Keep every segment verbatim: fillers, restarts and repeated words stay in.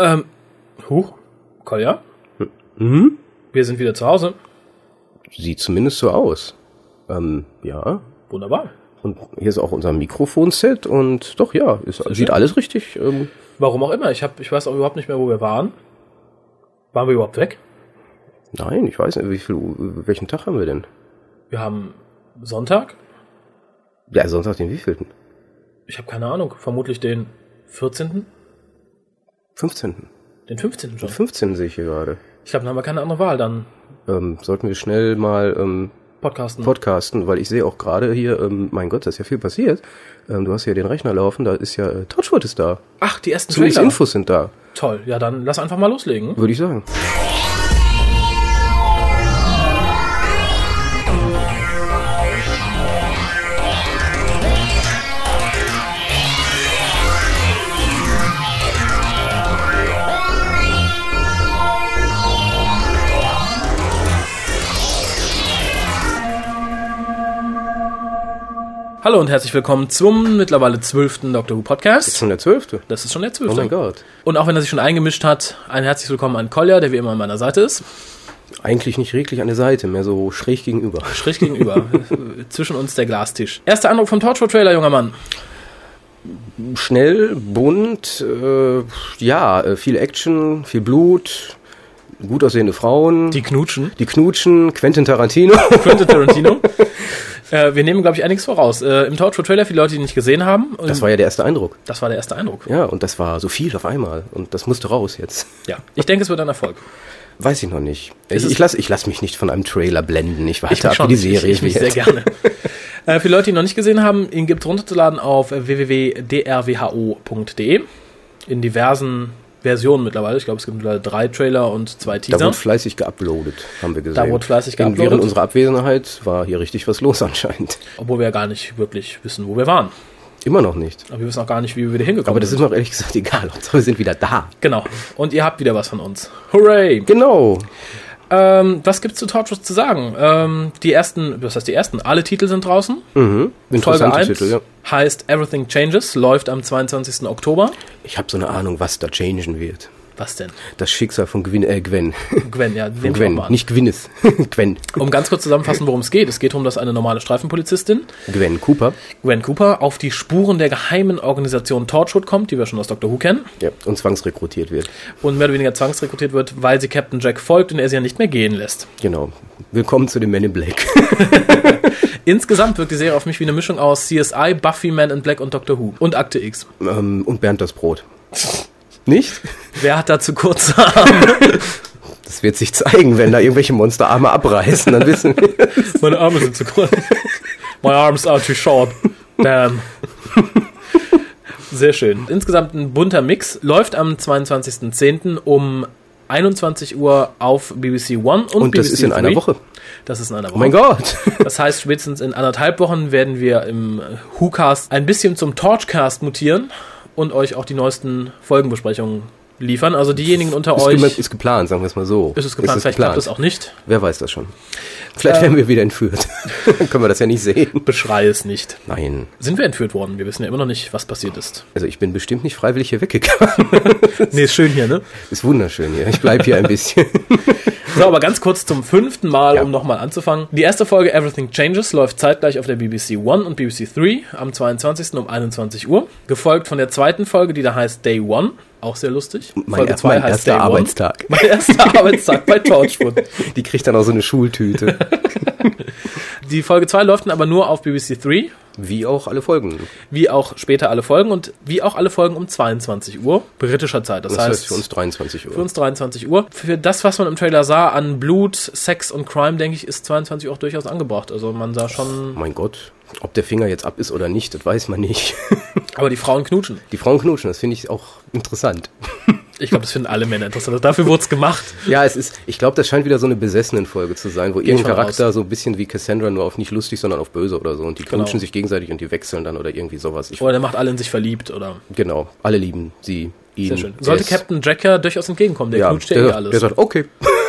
Ähm, huch, Kolja? Mhm. Wir sind wieder zu Hause. Sieht zumindest so aus. Ähm, ja. Wunderbar. Und hier ist auch unser Mikrofonset und doch, ja, es sieht schön. Alles richtig. Ähm, Warum auch immer. Ich hab, ich weiß auch überhaupt nicht mehr, wo wir waren. Waren wir überhaupt weg? Nein, ich weiß nicht, wie viel, welchen Tag haben wir denn? Wir haben Sonntag. Ja, Sonntag den wievielten? Ich habe keine Ahnung. Vermutlich den vierzehnten fünfzehnten Den fünfzehnten schon. Den fünfzehnten sehe ich hier gerade. Ich glaube, dann haben wir keine andere Wahl. Dann Ähm, sollten wir schnell mal ähm, podcasten. podcasten, weil ich sehe auch gerade hier, ähm, mein Gott, da ist ja viel passiert. Ähm, du hast hier den Rechner laufen, da ist ja, äh, Torchwood ist da. Ach, die ersten Zumindest Trailer. Infos sind da. Toll. Ja, dann lass einfach mal loslegen. Würde ich sagen. Hallo und herzlich willkommen zum mittlerweile zwölften Doctor Who Podcast. Ist schon der zwölfte. Das ist schon der zwölfte Oh mein Gott. Und auch wenn er sich schon eingemischt hat, ein herzliches Willkommen an Kolja, der wie immer an meiner Seite ist. Eigentlich nicht wirklich an der Seite, mehr so schräg gegenüber. Schräg gegenüber. Zwischen uns der Glastisch. Erster Eindruck vom Torchwood-Trailer, junger Mann. Schnell, bunt, äh, ja, äh, viel Action, viel Blut, gut aussehende Frauen. Die knutschen. Die knutschen, Quentin Tarantino. Quentin Tarantino. äh, wir nehmen, glaube ich, einiges voraus. Äh, Im Torchwood-Trailer, für die Leute, die ihn nicht gesehen haben. Das war ja der erste Eindruck. Das war der erste Eindruck. Ja, und das war so viel auf einmal. Und das musste raus jetzt. Ja, ich denke, es wird ein Erfolg. Weiß ich noch nicht. Ist Ich, ich lasse ich lass mich nicht von einem Trailer blenden. Ich warte Ich ab, schon, wie die Serie ich, ich, ich wird. sehr gerne. äh, für Leute, die ihn noch nicht gesehen haben, ihn gibt es runterzuladen auf w w w punkt d r w h o punkt d e in diversen Versionen mittlerweile. Ich glaube, es gibt mittlerweile drei Trailer und zwei Teaser. Da wurde fleißig geuploadet, haben wir gesehen. Da wurde fleißig In- geuploadet. Während unserer Abwesenheit war hier richtig was los anscheinend. Obwohl wir ja gar nicht wirklich wissen, wo wir waren. Immer noch nicht. Aber wir wissen auch gar nicht, wie wir wieder hingekommen Aber das sind. ist mir auch ehrlich gesagt egal. Hauptsache wir sind wieder da. Genau. Und ihr habt wieder was von uns. Hooray! Genau. Ähm, was gibt's zu Torchwood zu sagen? Ähm, die ersten, was heißt die ersten? Alle Titel sind draußen. Mhm. Folge Interessante eins Titel, ja. heißt Everything Changes, läuft am zweiundzwanzigsten Oktober. Ich habe so eine Ahnung, was da changen wird. Was denn? Das Schicksal von Gwyn, äh, Gwen. Gwen, ja, Von den Gwen, Gwen. nicht Gwyneth. Gwen. Um ganz kurz zusammenfassen, worum es geht. Es geht darum, dass eine normale Streifenpolizistin, Gwen Cooper. Gwen Cooper, auf die Spuren der geheimen Organisation Torchwood kommt, die wir schon aus Doctor Who kennen, Ja, und zwangsrekrutiert wird. und mehr oder weniger zwangsrekrutiert wird, weil sie Captain Jack folgt und er sie ja nicht mehr gehen lässt. Genau. Willkommen zu den Men in Black. Insgesamt wirkt die Serie auf mich wie eine Mischung aus C S I, Buffy, Man in Black und Doctor Who. Und Akte X. ähm, und Bernd das Brot. Nicht? Wer hat da zu kurze Arme? Das wird sich zeigen, wenn da irgendwelche Monsterarme abreißen, dann wissen wir. Meine Arme sind zu kurz. My arms are too short. Damn. Sehr schön. Insgesamt ein bunter Mix. Läuft am zweiundzwanzigsten zehnten um einundzwanzig Uhr auf B B C One und, Und B B C das ist in drei. einer Woche. Das ist in einer Woche. Oh mein Gott. Das heißt, spätestens in anderthalb Wochen werden wir im Who-Cast ein bisschen zum Torchcast mutieren und euch auch die neuesten Folgenbesprechungen liefern. Also diejenigen unter Ist, euch... gem- ist geplant, sagen wir es mal so. Ist es geplant, vielleicht klappt es auch nicht. Wer weiß das schon. Vielleicht werden wir wieder entführt. Dann können wir das ja nicht sehen. Beschrei es nicht. Nein. Sind wir entführt worden? Wir wissen ja immer noch nicht, was passiert ist. Also ich bin bestimmt nicht freiwillig hier weggegangen. Nee, ist schön hier, ne? Ist wunderschön hier. Ich bleib hier ein bisschen. So, aber ganz kurz zum fünften Mal, Ja. um nochmal anzufangen. Die erste Folge Everything Changes läuft zeitgleich auf der B B C One und B B C Three am zweiundzwanzigsten um einundzwanzig Uhr. Gefolgt von der zweiten Folge, die da heißt Day One. Auch sehr lustig. Mein, Folge er- zwei mein heißt erster Day One. Arbeitstag. Mein erster Arbeitstag bei Torchwood. Die kriegt dann auch so eine Schultüte. Die Folge zwei läuft dann aber nur auf B B C Three, Wie auch alle Folgen. wie auch später alle Folgen und wie auch alle Folgen um zweiundzwanzig Uhr britischer Zeit. Das, Das heißt, heißt für uns dreiundzwanzig Uhr. für uns dreiundzwanzig Uhr. Für das, was man im Trailer sah an Blut, Sex und Crime, denke ich, ist zweiundzwanzig Uhr auch durchaus angebracht. Also man sah schon... Mein Gott. Ob der Finger jetzt ab ist oder nicht, das weiß man nicht. Aber die Frauen knutschen. Die Frauen knutschen, das finde ich auch interessant. Ich glaube, das finden alle Männer interessant. Dafür wurde es gemacht. Ja, es ist, ich glaube, das scheint wieder so eine Besessenen-Folge zu sein, wo ich irgendein von Charakter aus. so ein bisschen wie Cassandra nur auf nicht lustig, sondern auf böse oder so und die Genau. knutschen sich gegenseitig und die wechseln dann oder irgendwie sowas. Ich, Oder der macht alle in sich verliebt. Oder genau, alle lieben sie, ihn. sehr schön. Sollte es. Captain Jack ja durchaus entgegenkommen. Der ja, knutscht ja der, eh sagt- alles. der sagt, okay.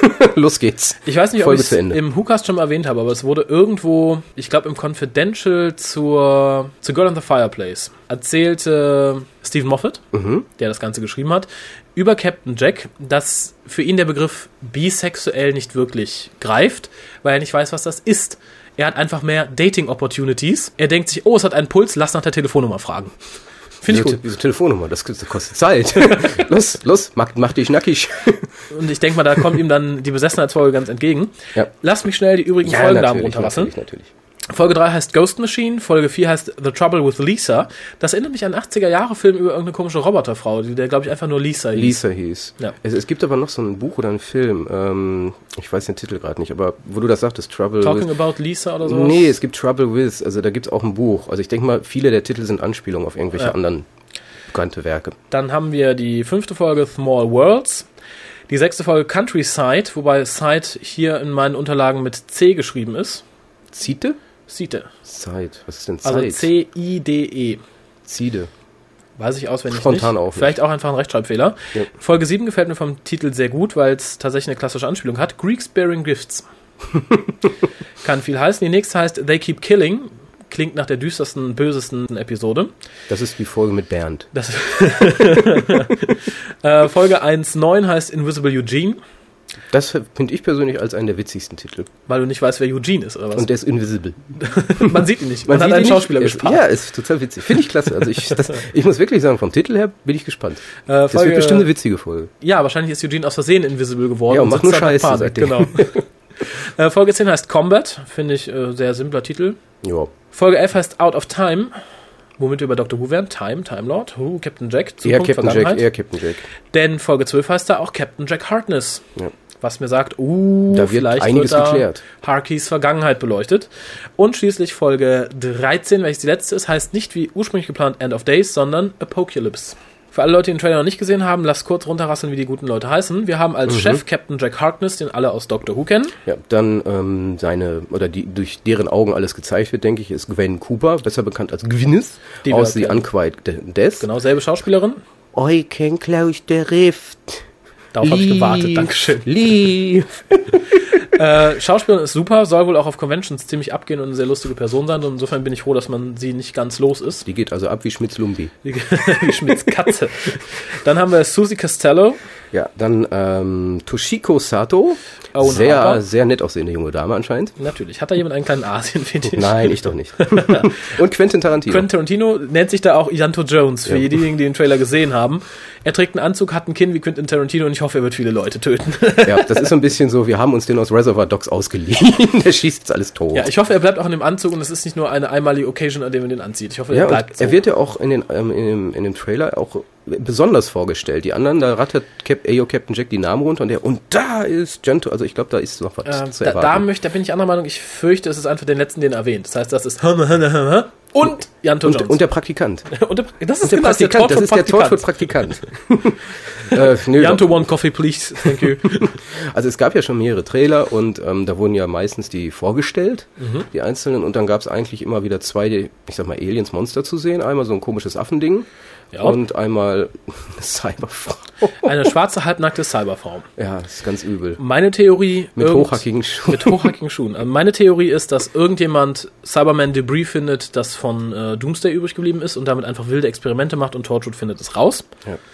Los geht's. Ich weiß nicht, Folge ob ich es im WhoCast schon mal erwähnt habe, aber es wurde irgendwo, ich glaube im Confidential zur, zu Girl on the Fireplace, erzählte Stephen Moffat, mhm. der das Ganze geschrieben hat, über Captain Jack, dass für ihn der Begriff bisexuell nicht wirklich greift, weil er nicht weiß, was das ist. Er hat einfach mehr Dating-Opportunities. Er denkt sich, oh, es hat einen Puls, lass nach der Telefonnummer fragen. Finde ich gut. Diese Telefonnummer, das kostet Zeit. los, los, mach, mach dich nackig. Und ich denke mal, da kommt ihm dann die Besessenheitsfolge ganz entgegen. Ja. Lass mich schnell die übrigen ja, Folgennamen runterrasseln. Natürlich, natürlich. Folge drei heißt Ghost Machine, Folge vier heißt The Trouble with Lisa. Das erinnert mich an einen achtziger-Jahre-Film über irgendeine komische Roboterfrau, die der, glaube ich, einfach nur Lisa hieß. Lisa hieß. Ja. Es, es gibt aber noch so ein Buch oder einen Film, ähm, ich weiß den Titel gerade nicht, aber wo du das sagtest, Trouble Talking with... About Lisa oder sowas? Nee, es gibt Trouble with, also da gibt es auch ein Buch. Also ich denke mal, viele der Titel sind Anspielungen auf irgendwelche ja. anderen bekannte Werke. Dann haben wir die fünfte Folge Small Worlds, die sechste Folge Countryside, wobei Side hier in meinen Unterlagen mit C geschrieben ist. Zite? Cite. Side. Was ist denn Zeit? Also C I D E. Cide. Weiß ich auswendig Spontan nicht. Auch nicht. Vielleicht auch einfach ein Rechtschreibfehler. Ja. Folge sieben gefällt mir vom Titel sehr gut, weil es tatsächlich eine klassische Anspielung hat. Greeks Bearing Gifts. Kann viel heißen. Die nächste heißt They Keep Killing. Klingt nach der düstersten, bösesten Episode. Das ist die Folge mit Bernd. Das äh, Folge eins neun heißt Invisible Eugene. Das finde ich persönlich als einen der witzigsten Titel. Weil du nicht weißt, wer Eugene ist, oder was? Und der ist invisible. Man sieht ihn nicht. Man, Man hat einen Schauspieler nicht. gespart. Ja, ist total witzig. Finde ich klasse. Also ich, das, ich muss wirklich sagen, vom Titel her bin ich gespannt. Äh, Folge, das wird bestimmt eine witzige Folge. Ja, wahrscheinlich ist Eugene aus Versehen invisible geworden. Ja, und, und macht nur Scheiße seitdem. Genau. äh, Folge zehn heißt Combat. Finde ich äh, sehr simpler Titel. Ja. Folge elf heißt Out of Time. Womit wir bei Doctor Who wären. Time, Time Lord, Who, Captain Jack, Zukunft, eher Captain Jack, eher Captain Jack. Denn Folge zwölf heißt da auch Captain Jack Harkness. Ja. Was mir sagt, uh, da wird vielleicht einiges wird da geklärt. Harkeys Vergangenheit beleuchtet. Und schließlich Folge dreizehn, welches die letzte ist, heißt nicht wie ursprünglich geplant End of Days, sondern Apocalypse. Für alle Leute, die den Trailer noch nicht gesehen haben, lasst kurz runterrasseln, wie die guten Leute heißen. Wir haben als mhm. Chef Captain Jack Harkness, den alle aus Doctor Who kennen. Ja, dann ähm, seine, oder die durch deren Augen alles gezeigt wird, denke ich, ist Gwen Cooper, besser bekannt als Gwyneth, die aus The Unquiet Death. Genau, selbe Schauspielerin. I can close the rift. Darauf habe ich gewartet, Dankeschön. Leave. äh, Schauspielerin ist super, soll wohl auch auf Conventions ziemlich abgehen und eine sehr lustige Person sein. Und insofern bin ich froh, dass man sie nicht ganz los ist. Die geht also ab wie Schmitz Lumbi. Wie, wie Schmitz Katze. Dann haben wir Susie Costello. Ja, dann ähm, Toshiko Sato. Owen sehr, Harper. sehr nett aussehende junge Dame anscheinend. Natürlich. Hat da jemand einen kleinen Asien-Fetisch? Nein, ich doch nicht. Und Quentin Tarantino. Quentin Tarantino nennt sich da auch Ianto Jones, für ja. diejenigen, die den Trailer gesehen haben. Er trägt einen Anzug, hat ein Kinn wie Quentin Tarantino und ich hoffe, er wird viele Leute töten. Ja, das ist so ein bisschen so, wir haben uns den aus Reservoir Dogs ausgeliehen. Der schießt jetzt alles tot. Ja, ich hoffe, er bleibt auch in dem Anzug und es ist nicht nur eine einmalige Occasion, an der man den anzieht. Ich hoffe, ja, er bleibt so. Er wird ja auch in, den, ähm, in, dem, in dem Trailer auch besonders vorgestellt. Die anderen, da rattert Cap, Ayo Captain Jack die Namen runter und der, und da ist Gento, also ich glaube, da ist noch was äh, zu da, erwarten. Da, möchte, da bin ich anderer Meinung, ich fürchte, es ist einfach den letzten, den er erwähnt. Das heißt, das ist und Ianto Jones. Und, und der Praktikant. und der, das ist der genau, Praktikant, das ist der Torchwood-Praktikant. äh, Ianto one coffee, please. Thank you. Also es gab ja schon mehrere Trailer und ähm, da wurden ja meistens die vorgestellt, mhm. die einzelnen, und dann gab es eigentlich immer wieder zwei, die, ich sag mal, Aliens, Monster zu sehen. Einmal so ein komisches Affending. Ja. Und einmal eine Cyberfrau. Eine schwarze, halbnackte Cyberfrau. Ja, das ist ganz übel. Meine Theorie... Mit hochhackigen Schuhen. Mit hochhackigen Schuhen. Also meine Theorie ist, dass irgendjemand Cyberman Debris findet, das von äh, Doomsday übrig geblieben ist und damit einfach wilde Experimente macht und Torchwood findet es raus.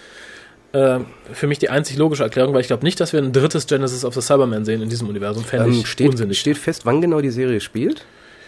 Ja. Äh, für mich die einzig logische Erklärung, weil ich glaube nicht, dass wir ein drittes Genesis of the Cyberman sehen in diesem Universum. Fände ähm, ich steht, unsinnig. Steht fest, wann genau die Serie spielt?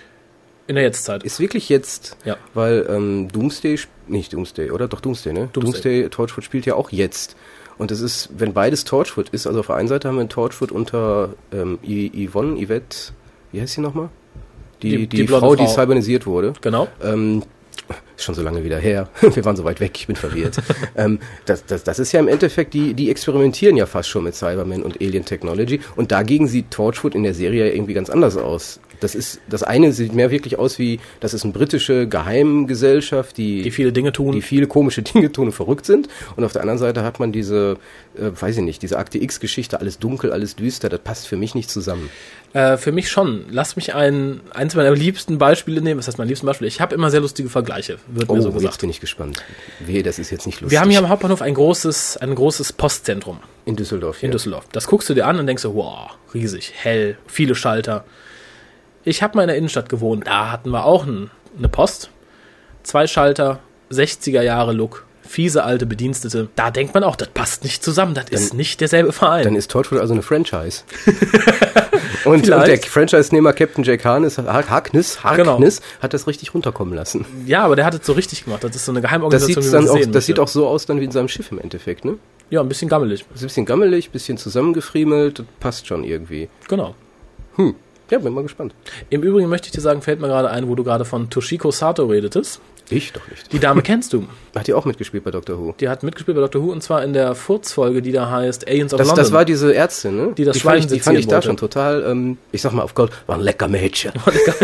In der Jetztzeit. Ist wirklich jetzt, ja. Weil ähm, Doomsday, nicht Doomsday, oder? Doch Doomsday, ne? Doomsday. Doomsday, Torchwood spielt ja auch jetzt. Und es ist, wenn beides Torchwood ist, also auf der einen Seite haben wir ein Torchwood unter ähm, I- Yvonne, Yvette, wie heißt sie nochmal? Die, die, die, die Frau, Frau, die cybernisiert wurde. Genau. Ähm, ist schon so lange wieder her. Wir waren so weit weg, ich bin verwirrt. ähm, das, das, das ist ja im Endeffekt, die, die experimentieren ja fast schon mit Cybermen und Alien Technology. Und dagegen sieht Torchwood in der Serie ja irgendwie ganz anders aus. Das ist, das eine sieht mehr wirklich aus wie, das ist eine britische Geheimgesellschaft, die, die viele Dinge tun. Die viele komische Dinge tun und verrückt sind. Und auf der anderen Seite hat man diese, äh, weiß ich nicht, diese Akte X-Geschichte, alles dunkel, alles düster, das passt für mich nicht zusammen. Äh, für mich schon. Lass mich ein, eins meiner liebsten Beispiele nehmen. Was heißt mein liebsten Beispiel? Ich habe immer sehr lustige Vergleiche, wird oh, mir so gesagt. Jetzt bin ich gespannt. Wehe, das ist jetzt nicht lustig. Wir haben hier am Hauptbahnhof ein großes, ein großes Postzentrum. In Düsseldorf, In ja. Düsseldorf. Das guckst du dir an und denkst so, wow, riesig, hell, viele Schalter. Ich habe mal in der Innenstadt gewohnt. Da hatten wir auch ein, eine Post. Zwei Schalter, sechziger Jahre Look. Fiese alte Bedienstete. Da denkt man auch, das passt nicht zusammen. Das dann, ist nicht derselbe Verein. Dann ist Torchwood also eine Franchise. und, und der Franchise-Nehmer Captain Jack Harkness, Harkness, Harkness genau. hat das richtig runterkommen lassen. Ja, aber der hat es so richtig gemacht. Das ist so eine Geheimorganisation. Das, wie man dann auch, sehen das sieht auch so aus dann wie in seinem Schiff im Endeffekt, ne? Ja, ein bisschen gammelig. Ein bisschen gammelig, ein bisschen zusammengefriemelt. Das passt schon irgendwie. Genau. Hm. Ja, bin mal gespannt. Im Übrigen möchte ich dir sagen, fällt mir gerade ein, wo du gerade von Toshiko Sato redetest. Ich doch nicht. Die Dame kennst du. Hat die auch mitgespielt bei Doctor Who? Die hat mitgespielt bei Doctor Who und zwar in der Furzfolge, die da heißt Aliens of das, London. Das war diese Ärztin, ne? Die das die Schwein fand ich, die fand ich da wollte. schon total, ähm, ich sag mal auf Gold, war ein lecker Mädchen.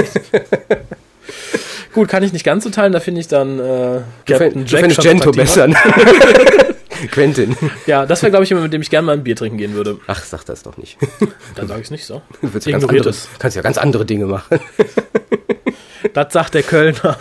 Gut, kann ich nicht ganz so teilen, da finde ich dann äh, Captain Jack du findest Gento besser. Quentin. Ja, das wäre, glaube ich, jemand, mit dem ich gerne mal ein Bier trinken gehen würde. Ach, sag das doch nicht. Dann sage ich es nicht so. Du ja ganz andere, kannst ja ganz andere Dinge machen. Das sagt der Kölner.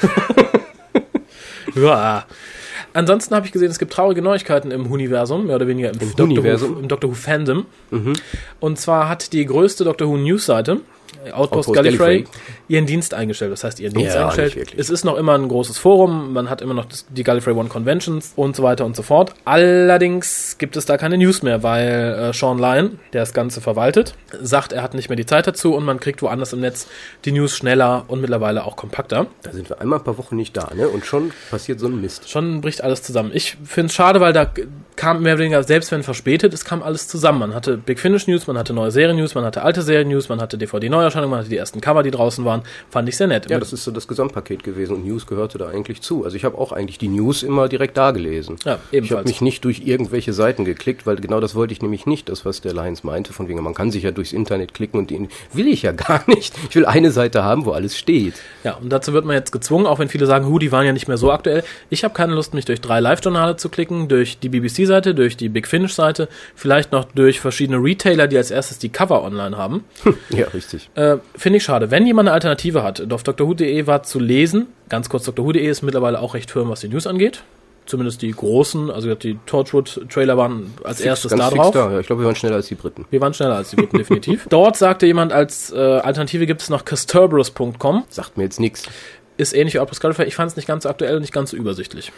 Ja. Ansonsten habe ich gesehen, es gibt traurige Neuigkeiten im Universum, mehr oder weniger im, Im Doctor Universum? Who, im Doctor Who Fandom. Mhm. Und zwar hat die größte Doctor Who News-Seite, Outpost, Outpost Gallifrey, Gallifrey, ihren Dienst eingestellt. Das heißt, ihren Dienst ja, eingestellt. Es ist noch immer ein großes Forum, man hat immer noch das, die Gallifrey One Conventions und so weiter und so fort. Allerdings gibt es da keine News mehr, weil äh, Sean Lyon, der das Ganze verwaltet, sagt, er hat nicht mehr die Zeit dazu und man kriegt woanders im Netz die News schneller und mittlerweile auch kompakter. Da sind wir einmal ein paar Wochen nicht da, ne? Und schon passiert so ein Mist. Schon bricht alles zusammen. Ich finde es schade, weil da kam mehr oder weniger, selbst wenn verspätet, es kam alles zusammen. Man hatte Big Finish News, man hatte neue Serien-News, man hatte alte Serien-News, man hatte D V D-Neuerscheinungen, man hatte die ersten Cover, die draußen waren. Fand ich sehr nett. Ja, das ist so das Gesamtpaket gewesen und News gehörte da eigentlich zu. Also ich habe auch eigentlich die News immer direkt da gelesen. Ja, ebenfalls. Ich habe mich nicht durch irgendwelche Seiten geklickt, weil genau das wollte ich nämlich nicht, das was der Lions meinte, von wegen, man kann sich ja durchs Internet klicken und die will ich ja gar nicht. Ich will eine Seite haben, wo alles steht. Ja, und dazu wird man jetzt gezwungen, auch wenn viele sagen, hu, die waren ja nicht mehr so aktuell. Ich habe keine Lust, mich durch drei Live-Journale zu klicken, durch die B B C-Seite, durch die Big Finish-Seite, vielleicht noch durch verschiedene Retailer, die als erstes die Cover online haben. Ja, richtig. Äh, Finde ich schade. Wenn jemand eine Alternative hat, auf drwho punkt de war zu lesen, ganz kurz, drwho punkt de ist mittlerweile auch recht firm, was die News angeht. Zumindest die großen, also die Torchwood-Trailer waren als fix, erstes da drauf. Da. Ja, ich glaube, wir waren schneller als die Briten. Wir waren schneller als die Briten, definitiv. Dort sagte jemand, als äh, Alternative gibt es noch Casterbrus punkt com. Sagt mir jetzt nichts. Ist ähnlich wie Outpost Gallifrey. Ich fand es nicht ganz so aktuell und nicht ganz so übersichtlich.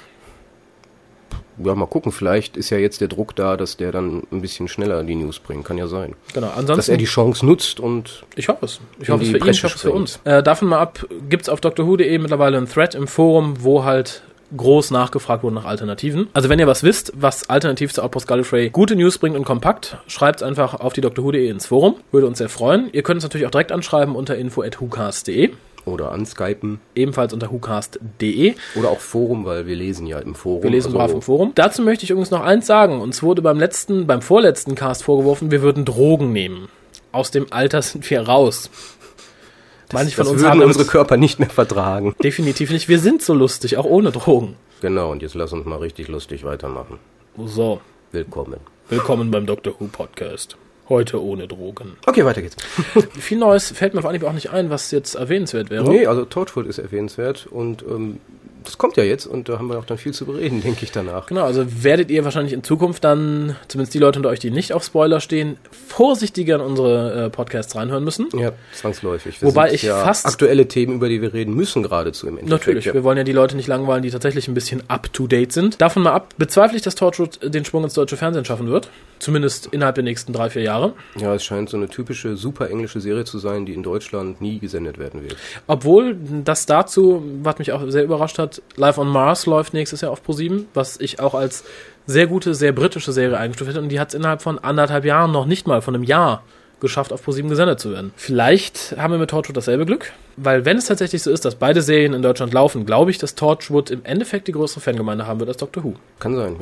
Ja, mal gucken, vielleicht ist ja jetzt der Druck da, dass der dann ein bisschen schneller die News bringt. Kann ja sein. Genau, ansonsten, dass er die Chance nutzt und ich hoffe es. Ich hoffe es für ihn, ich hoffe es für uns. Äh, davon mal ab, gibt's auf drwho punkt de mittlerweile einen Thread im Forum, wo halt groß nachgefragt wurde nach Alternativen. Also wenn ihr was wisst, was alternativ zu Outpost Gallifrey gute News bringt und kompakt, schreibt es einfach auf die drwho punkt de ins Forum. Würde uns sehr freuen. Ihr könnt uns natürlich auch direkt anschreiben unter info at whocast punkt de. Oder anskypen. Ebenfalls unter whocast punkt de. Oder auch Forum, weil wir lesen ja im Forum. Wir lesen also brav im Forum. Dazu möchte ich übrigens noch eins sagen. Uns wurde beim letzten, beim vorletzten Cast vorgeworfen, wir würden Drogen nehmen. Aus dem Alter sind wir raus. Manche von uns haben unsere Körper nicht mehr vertragen. Definitiv nicht. Wir sind so lustig, auch ohne Drogen. Genau, und jetzt lass uns mal richtig lustig weitermachen. So. Willkommen. Willkommen beim Doctor Who Podcast. Heute ohne Drogen. Okay, weiter geht's. Viel Neues fällt mir auf Anhieb auch nicht ein, was jetzt erwähnenswert wäre. Nee, also Torchwood ist erwähnenswert und ähm, das kommt ja jetzt und da haben wir auch dann viel zu bereden, denke ich danach. Genau, also werdet ihr wahrscheinlich in Zukunft dann, zumindest die Leute unter euch, die nicht auf Spoiler stehen, vorsichtiger in unsere äh, Podcasts reinhören müssen. Ja, zwangsläufig. Wir Wobei sind ich ja fast... aktuelle Themen, über die wir reden müssen, geradezu im Endeffekt. Natürlich, ja. Wir wollen ja die Leute nicht langweilen, die tatsächlich ein bisschen up-to-date sind. Davon mal ab, bezweifle ich, dass Torchwood den Sprung ins deutsche Fernsehen schaffen wird. Zumindest innerhalb der nächsten drei, vier Jahre. Ja, es scheint so eine typische, super englische Serie zu sein, die in Deutschland nie gesendet werden wird. Obwohl das dazu, was mich auch sehr überrascht hat, Live on Mars läuft nächstes Jahr auf ProSieben, was ich auch als sehr gute, sehr britische Serie eingestuft hätte. Und die hat es innerhalb von anderthalb Jahren, noch nicht mal von einem Jahr, geschafft, auf ProSieben gesendet zu werden. Vielleicht haben wir mit Torchwood dasselbe Glück, weil wenn es tatsächlich so ist, dass beide Serien in Deutschland laufen, glaube ich, dass Torchwood im Endeffekt die größere Fangemeinde haben wird als Doctor Who. Kann sein, ja.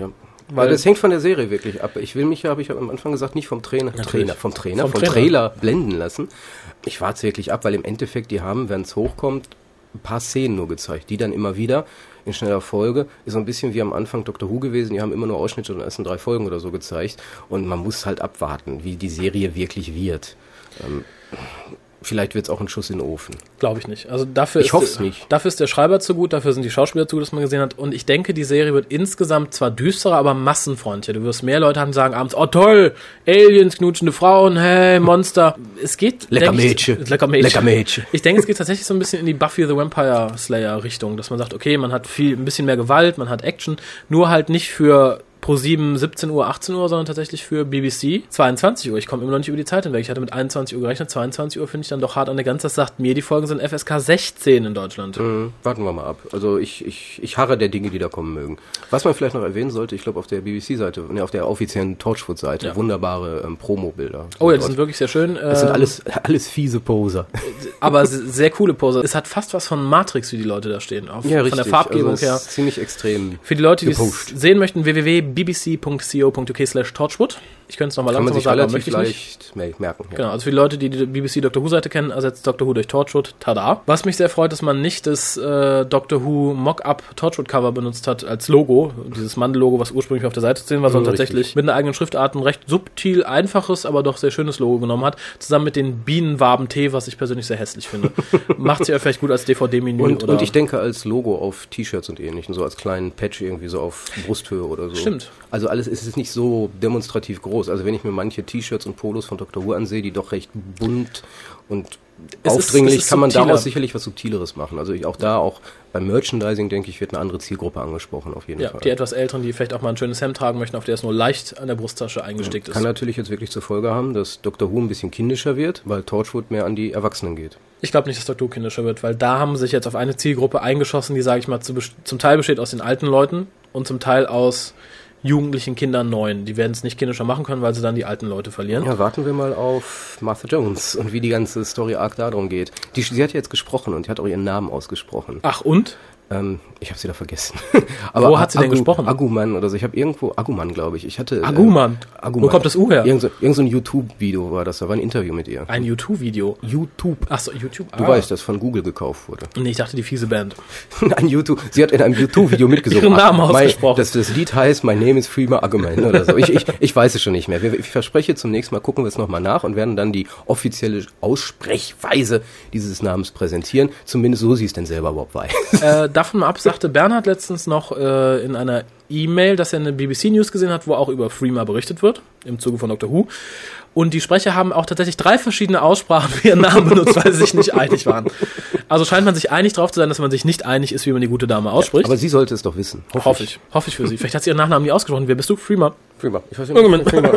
Weil das hängt von der Serie wirklich ab. Ich will mich ja, habe ich am Anfang gesagt, nicht vom Trainer, Trainer vom Trainer, vom, vom Trainer. Trailer blenden lassen. Ich warte wirklich ab, weil im Endeffekt die haben, wenn es hochkommt, ein paar Szenen nur gezeigt, die dann immer wieder in schneller Folge, ist so ein bisschen wie am Anfang Doctor Who gewesen, die haben immer nur Ausschnitte in den ersten drei Folgen oder so gezeigt und man muss halt abwarten, wie die Serie wirklich wird. Ähm, Vielleicht wird es auch ein Schuss in den Ofen. Glaube ich nicht. Also dafür ich ist, hoffe es nicht. Dafür ist der Schreiber zu gut, dafür sind die Schauspieler zu gut, dass man gesehen hat. Und ich denke, die Serie wird insgesamt zwar düsterer, aber massenfreundlicher. Du wirst mehr Leute haben, die sagen abends, oh toll, Aliens, knutschende Frauen, hey, Monster. Es geht... Lecker Mädchen. Ich, lecker Mädchen. Lecker Mädchen. Ich denke, es geht tatsächlich so ein bisschen in die Buffy the Vampire Slayer Richtung, dass man sagt, okay, man hat viel, ein bisschen mehr Gewalt, man hat Action, nur halt nicht für Pro sieben, siebzehn Uhr, achtzehn Uhr, sondern tatsächlich für B B C zweiundzwanzig Uhr. Ich komme immer noch nicht über die Zeit hinweg. Ich hatte mit einundzwanzig Uhr gerechnet, zweiundzwanzig Uhr finde ich dann doch hart an der Grenze. Das sagt mir, die Folgen sind F S K sechzehn in Deutschland. Mhm, warten wir mal ab. Also ich, ich, ich harre der Dinge, die da kommen mögen. Was man vielleicht noch erwähnen sollte, ich glaube auf der B B C-Seite, ne, auf der offiziellen Torchwood-Seite, ja. wunderbare ähm, Promo-Bilder. Oh ja, die sind wirklich sehr schön. Das ähm, sind alles, alles fiese Poser. Aber sehr coole Poser. Es hat fast was von Matrix, wie die Leute da stehen. Auf, ja, von richtig. der Farbgebung also her. Ziemlich extrem. Für die Leute, die es sehen möchten, w w w punkt b b c punkt co punkt u k slash torchwood. Ich könnte es nochmal langsam sagen, aber möchte ich leicht nicht. merken. Ja. Genau, also für die Leute, die die B B C Doctor Who-Seite kennen, ersetzt Doctor Who durch Torchwood. Tada. Was mich sehr freut, dass man nicht das äh, Doctor Who Mock-Up Torchwood-Cover benutzt hat als Logo. Dieses Mandel-Logo, was ursprünglich auf der Seite zu sehen war, sondern oh, tatsächlich richtig. Mit einer eigenen Schriftart ein recht subtil, einfaches, aber doch sehr schönes Logo genommen hat. Zusammen mit den Bienenwaben-Tee, was ich persönlich sehr hässlich finde. Macht sich ja vielleicht gut als D V D-Menü. Und, oder und ich denke als Logo auf T-Shirts und ähnlichen, so als kleinen Patch irgendwie so auf Brusthöhe oder so. Stimmt. Also alles ist es nicht so demonstrativ groß. Also wenn ich mir manche T-Shirts und Polos von Doctor Who ansehe, die doch recht bunt und es aufdringlich, ist, ist kann man subtiler. Daraus sicherlich was Subtileres machen. Also ich, auch da, auch beim Merchandising, denke ich, wird eine andere Zielgruppe angesprochen, auf jeden ja, Fall. Die etwas Älteren, die vielleicht auch mal ein schönes Hemd tragen möchten, auf der es nur leicht an der Brusttasche eingestickt ja, ist. Kann natürlich jetzt wirklich zur Folge haben, dass Doctor Who ein bisschen kindischer wird, weil Torchwood mehr an die Erwachsenen geht. Ich glaube nicht, dass Doctor Who kindischer wird, weil da haben sich jetzt auf eine Zielgruppe eingeschossen, die, sage ich mal, zu, zum Teil besteht aus den alten Leuten und zum Teil aus jugendlichen Kindern neuen. Die werden es nicht kindischer machen können, weil sie dann die alten Leute verlieren. Ja, warten wir mal auf Martha Jones und wie die ganze Story-Arc darum geht. Die, sie hat ja jetzt gesprochen und die hat auch ihren Namen ausgesprochen. Ach und? Ähm, ich habe sie da vergessen. Aber wo hat sie Agu, denn gesprochen? Aguman oder so. Ich habe irgendwo, Aguman, glaube ich. Ich hatte Aguman? Äh, Aguman. Wo kommt das U her? Irgend so, irgend so ein YouTube-Video war das. Da war ein Interview mit ihr. Ein YouTube-Video? YouTube. Ach so, YouTube. Du ah. weißt, das von Google gekauft wurde. Nee, ich dachte, die fiese Band. Ein YouTube. Sie hat in einem YouTube-Video mitgesungen. Ihren Namen ausgesprochen. Das, das Lied heißt My Name is Freema Aguman oder so. Ich, ich, ich weiß es schon nicht mehr. Ich verspreche, zum nächsten Mal gucken wir es nochmal nach und werden dann die offizielle Aussprechweise dieses Namens präsentieren. Zumindest so sie es denn selber überhaupt weiß. Äh, davon mal ab, sagte Bernhard letztens noch äh, in einer E-Mail, dass er eine B B C News gesehen hat, wo auch über Freema berichtet wird, im Zuge von Doctor Who. Und die Sprecher haben auch tatsächlich drei verschiedene Aussprachen für ihren Namen benutzt, weil sie sich nicht einig waren. Also scheint man sich einig drauf zu sein, dass man sich nicht einig ist, wie man die gute Dame ausspricht. Ja, aber sie sollte es doch wissen. Hoffe, Hoffe ich. ich. Hoffe ich für sie. Vielleicht hat sie ihren Nachnamen nie ausgesprochen. Wer bist du? Freema. Freema. Ich weiß nicht, Freema.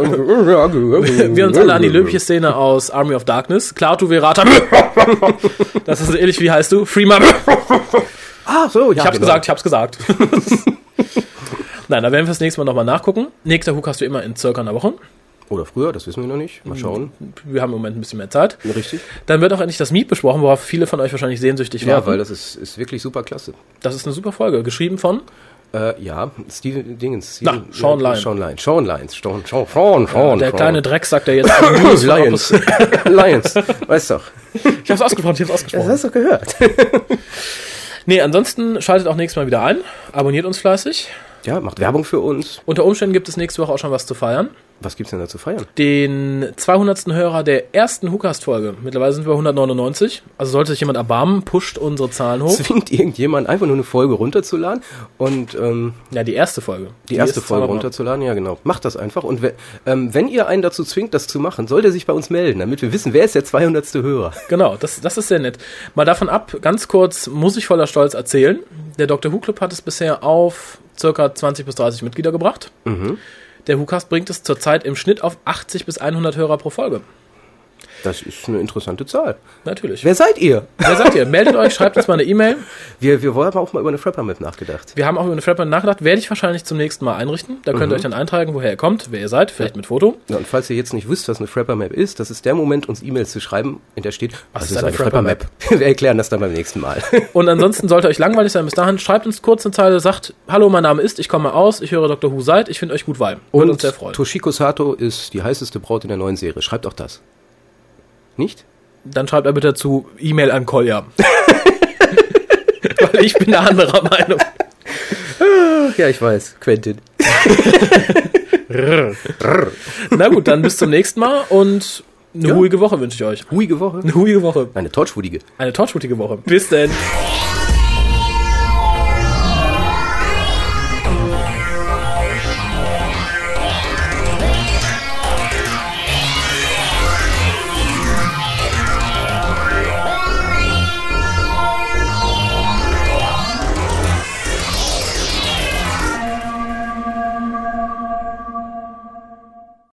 Wir uns alle an die löbliche Szene aus Army of Darkness. Klaatu Verata. Das ist ähnlich wie heißt du? Freema. Ah, so, ja. Ich hab's genau. gesagt, ich hab's gesagt. Nein, da werden wir das nächste Mal nochmal nachgucken. Nächster Hook hast du immer in circa einer Woche. Oder früher, das wissen wir noch nicht. Mal schauen. Wir haben im Moment ein bisschen mehr Zeit. Richtig. Dann wird auch endlich das Meet besprochen, worauf viele von euch wahrscheinlich sehnsüchtig waren. Ja, weil das ist, ist wirklich super klasse. Das ist eine super Folge. Geschrieben von? Äh, ja, Steven Dingens. Steven, Na, Sean Lyons. Sean Lyons. Sean Lyons. Sean, Sean, Sean, Sean. Der Sean. kleine Drecksack, der jetzt... Lyons. Lyons. Weißt doch. Ich hab's ausgesprochen, ich hab's ausgesprochen. Das hast du gehört. Nee, ansonsten schaltet auch nächstes Mal wieder ein. Abonniert uns fleißig. Ja, macht Werbung für uns. Unter Umständen gibt es nächste Woche auch schon was zu feiern. Was gibt's denn da zu feiern? Den zweihundertsten Hörer der ersten WhoCast-Folge. Mittlerweile sind wir bei hundertneunundneunzig. Also sollte sich jemand erbarmen, pusht unsere Zahlen hoch. Zwingt irgendjemand einfach nur eine Folge runterzuladen und ähm, ja, die erste Folge. Die, die erste Folge runterzuladen, ja genau. Macht das einfach. Und we- ähm, wenn ihr einen dazu zwingt, das zu machen, sollt ihr sich bei uns melden, damit wir wissen, wer ist der zweihundertste Hörer. Genau, das, das ist sehr nett. Mal davon ab, ganz kurz, muss ich voller Stolz erzählen. Der Doctor Who Club hat es bisher auf circa zwanzig bis dreißig Mitglieder gebracht. Mhm. Der WhoCast bringt es zurzeit im Schnitt auf achtzig bis hundert Hörer pro Folge. Das ist eine interessante Zahl. Natürlich. Wer seid ihr? Wer seid ihr? Meldet euch, schreibt uns mal eine E-Mail. Wir, wir wollen aber auch mal über eine Frapper-Map nachgedacht. Wir haben auch über eine Frapper-Map nachgedacht. Werde ich wahrscheinlich zum nächsten Mal einrichten. Da könnt ihr Mhm. euch dann eintragen, woher ihr kommt, wer ihr seid, vielleicht mit Foto. Ja, und falls ihr jetzt nicht wisst, was eine Frapper-Map ist, das ist der Moment, uns E-Mails zu schreiben, in der steht, was, was ist eine Frapper-Map? Wir erklären das dann beim nächsten Mal. Und ansonsten sollte euch langweilig sein bis dahin, schreibt uns kurz eine Zeile, sagt, hallo, mein Name ist, ich komme aus, ich höre Doktor Who seid, ich finde euch gut Vibe. Und uns sehr freuen. Toshiko Sato ist die heißeste Braut in der neuen Serie. Schreibt auch das. Nicht? Dann schreibt er bitte zu E-Mail an Kolja. Weil ich bin der anderer Meinung. Ja, ich weiß. Quentin. Na gut, dann bis zum nächsten Mal und eine ja. ruhige Woche wünsche ich euch. Ruhige Woche. Eine ruhige Woche. Eine torchwutige. Eine torchwutige Woche. Bis denn.